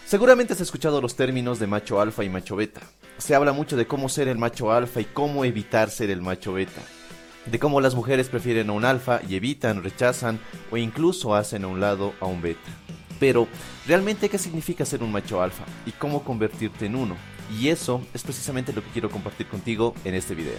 Seguramente has escuchado los términos de macho alfa y macho beta. Se habla mucho de cómo ser el macho alfa y cómo evitar ser el macho beta. De cómo las mujeres prefieren a un alfa y evitan, rechazan o incluso hacen a un lado a un beta. Pero, ¿realmente qué significa ser un macho alfa y cómo convertirte en uno? Y eso es precisamente lo que quiero compartir contigo en este video.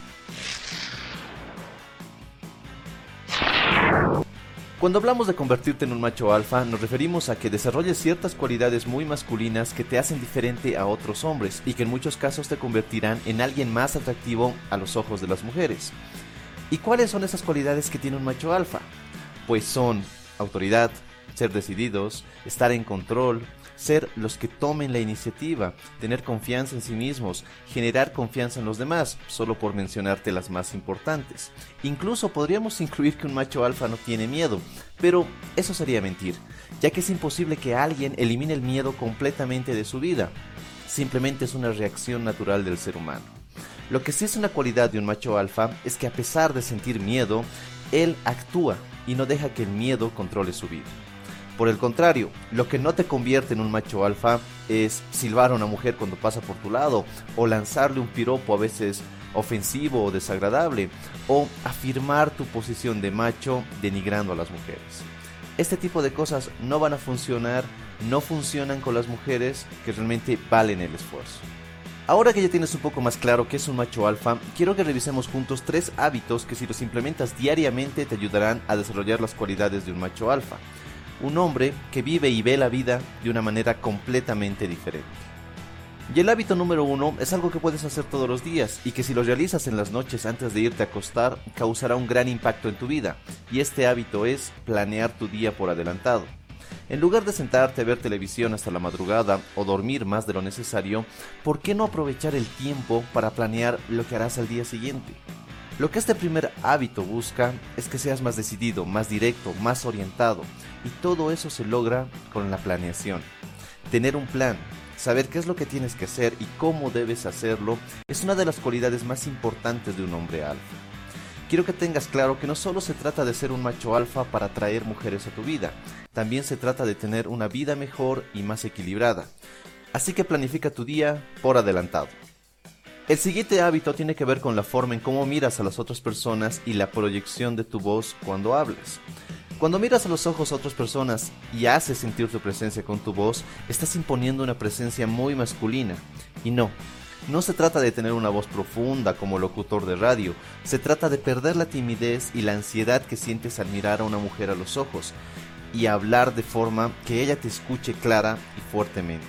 Cuando hablamos de convertirte en un macho alfa, nos referimos a que desarrolles ciertas cualidades muy masculinas que te hacen diferente a otros hombres y que en muchos casos te convertirán en alguien más atractivo a los ojos de las mujeres. ¿Y cuáles son esas cualidades que tiene un macho alfa? Pues son autoridad, ser decididos, estar en control, ser los que tomen la iniciativa, tener confianza en sí mismos, generar confianza en los demás, solo por mencionarte las más importantes. Incluso podríamos incluir que un macho alfa no tiene miedo, pero eso sería mentir, ya que es imposible que alguien elimine el miedo completamente de su vida. Simplemente es una reacción natural del ser humano. Lo que sí es una cualidad de un macho alfa es que a pesar de sentir miedo, él actúa y no deja que el miedo controle su vida. Por el contrario, lo que no te convierte en un macho alfa es silbar a una mujer cuando pasa por tu lado, o lanzarle un piropo a veces ofensivo o desagradable, o afirmar tu posición de macho denigrando a las mujeres. Este tipo de cosas no van a funcionar, no funcionan con las mujeres que realmente valen el esfuerzo. Ahora que ya tienes un poco más claro qué es un macho alfa, quiero que revisemos juntos 3 hábitos que si los implementas diariamente te ayudarán a desarrollar las cualidades de un macho alfa. Un hombre que vive y ve la vida de una manera completamente diferente. Y el hábito número 1 es algo que puedes hacer todos los días y que si lo realizas en las noches antes de irte a acostar causará un gran impacto en tu vida, y este hábito es planear tu día por adelantado. En lugar de sentarte a ver televisión hasta la madrugada o dormir más de lo necesario, ¿por qué no aprovechar el tiempo para planear lo que harás al día siguiente? Lo que este primer hábito busca es que seas más decidido, más directo, más orientado, y todo eso se logra con la planeación. Tener un plan, saber qué es lo que tienes que hacer y cómo debes hacerlo, es una de las cualidades más importantes de un hombre alfa. Quiero que tengas claro que no solo se trata de ser un macho alfa para atraer mujeres a tu vida, también se trata de tener una vida mejor y más equilibrada. Así que planifica tu día por adelantado. El siguiente hábito tiene que ver con la forma en cómo miras a las otras personas y la proyección de tu voz cuando hablas. Cuando miras a los ojos a otras personas y haces sentir tu presencia con tu voz, estás imponiendo una presencia muy masculina. Y no se trata de tener una voz profunda como locutor de radio, se trata de perder la timidez y la ansiedad que sientes al mirar a una mujer a los ojos y hablar de forma que ella te escuche clara y fuertemente.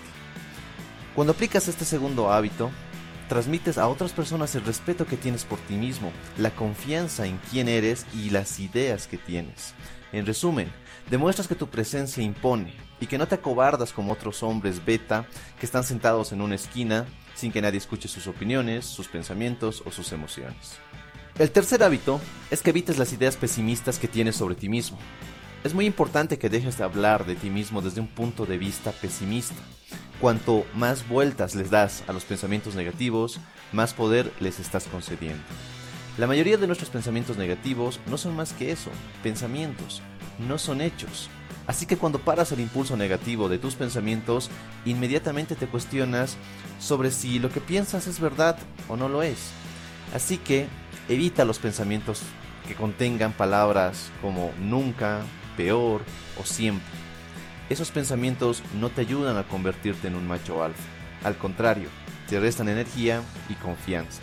Cuando aplicas este segundo hábito, transmites a otras personas el respeto que tienes por ti mismo, la confianza en quién eres y las ideas que tienes. En resumen, demuestras que tu presencia impone y que no te acobardas como otros hombres beta que están sentados en una esquina sin que nadie escuche sus opiniones, sus pensamientos o sus emociones. El tercer hábito es que evites las ideas pesimistas que tienes sobre ti mismo. Es muy importante que dejes de hablar de ti mismo desde un punto de vista pesimista. Cuanto más vueltas les das a los pensamientos negativos, más poder les estás concediendo. La mayoría de nuestros pensamientos negativos no son más que eso, pensamientos, no son hechos. Así que cuando paras el impulso negativo de tus pensamientos, inmediatamente te cuestionas sobre si lo que piensas es verdad o no lo es. Así que evita los pensamientos que contengan palabras como nunca, peor o siempre. Esos pensamientos no te ayudan a convertirte en un macho alfa. Al contrario, te restan energía y confianza.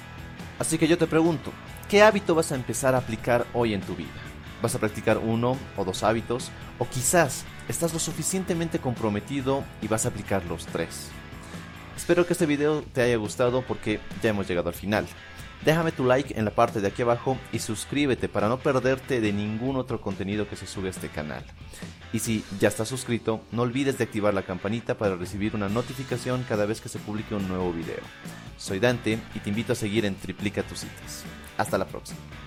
Así que yo te pregunto, ¿qué hábito vas a empezar a aplicar hoy en tu vida? ¿Vas a practicar 1 o 2 hábitos? ¿O quizás estás lo suficientemente comprometido y vas a aplicar los 3? Espero que este video te haya gustado porque ya hemos llegado al final. Déjame tu like en la parte de aquí abajo y suscríbete para no perderte de ningún otro contenido que se sube a este canal. Y si ya estás suscrito, no olvides de activar la campanita para recibir una notificación cada vez que se publique un nuevo video. Soy Dante y te invito a seguir en Triplica tus citas. Hasta la próxima.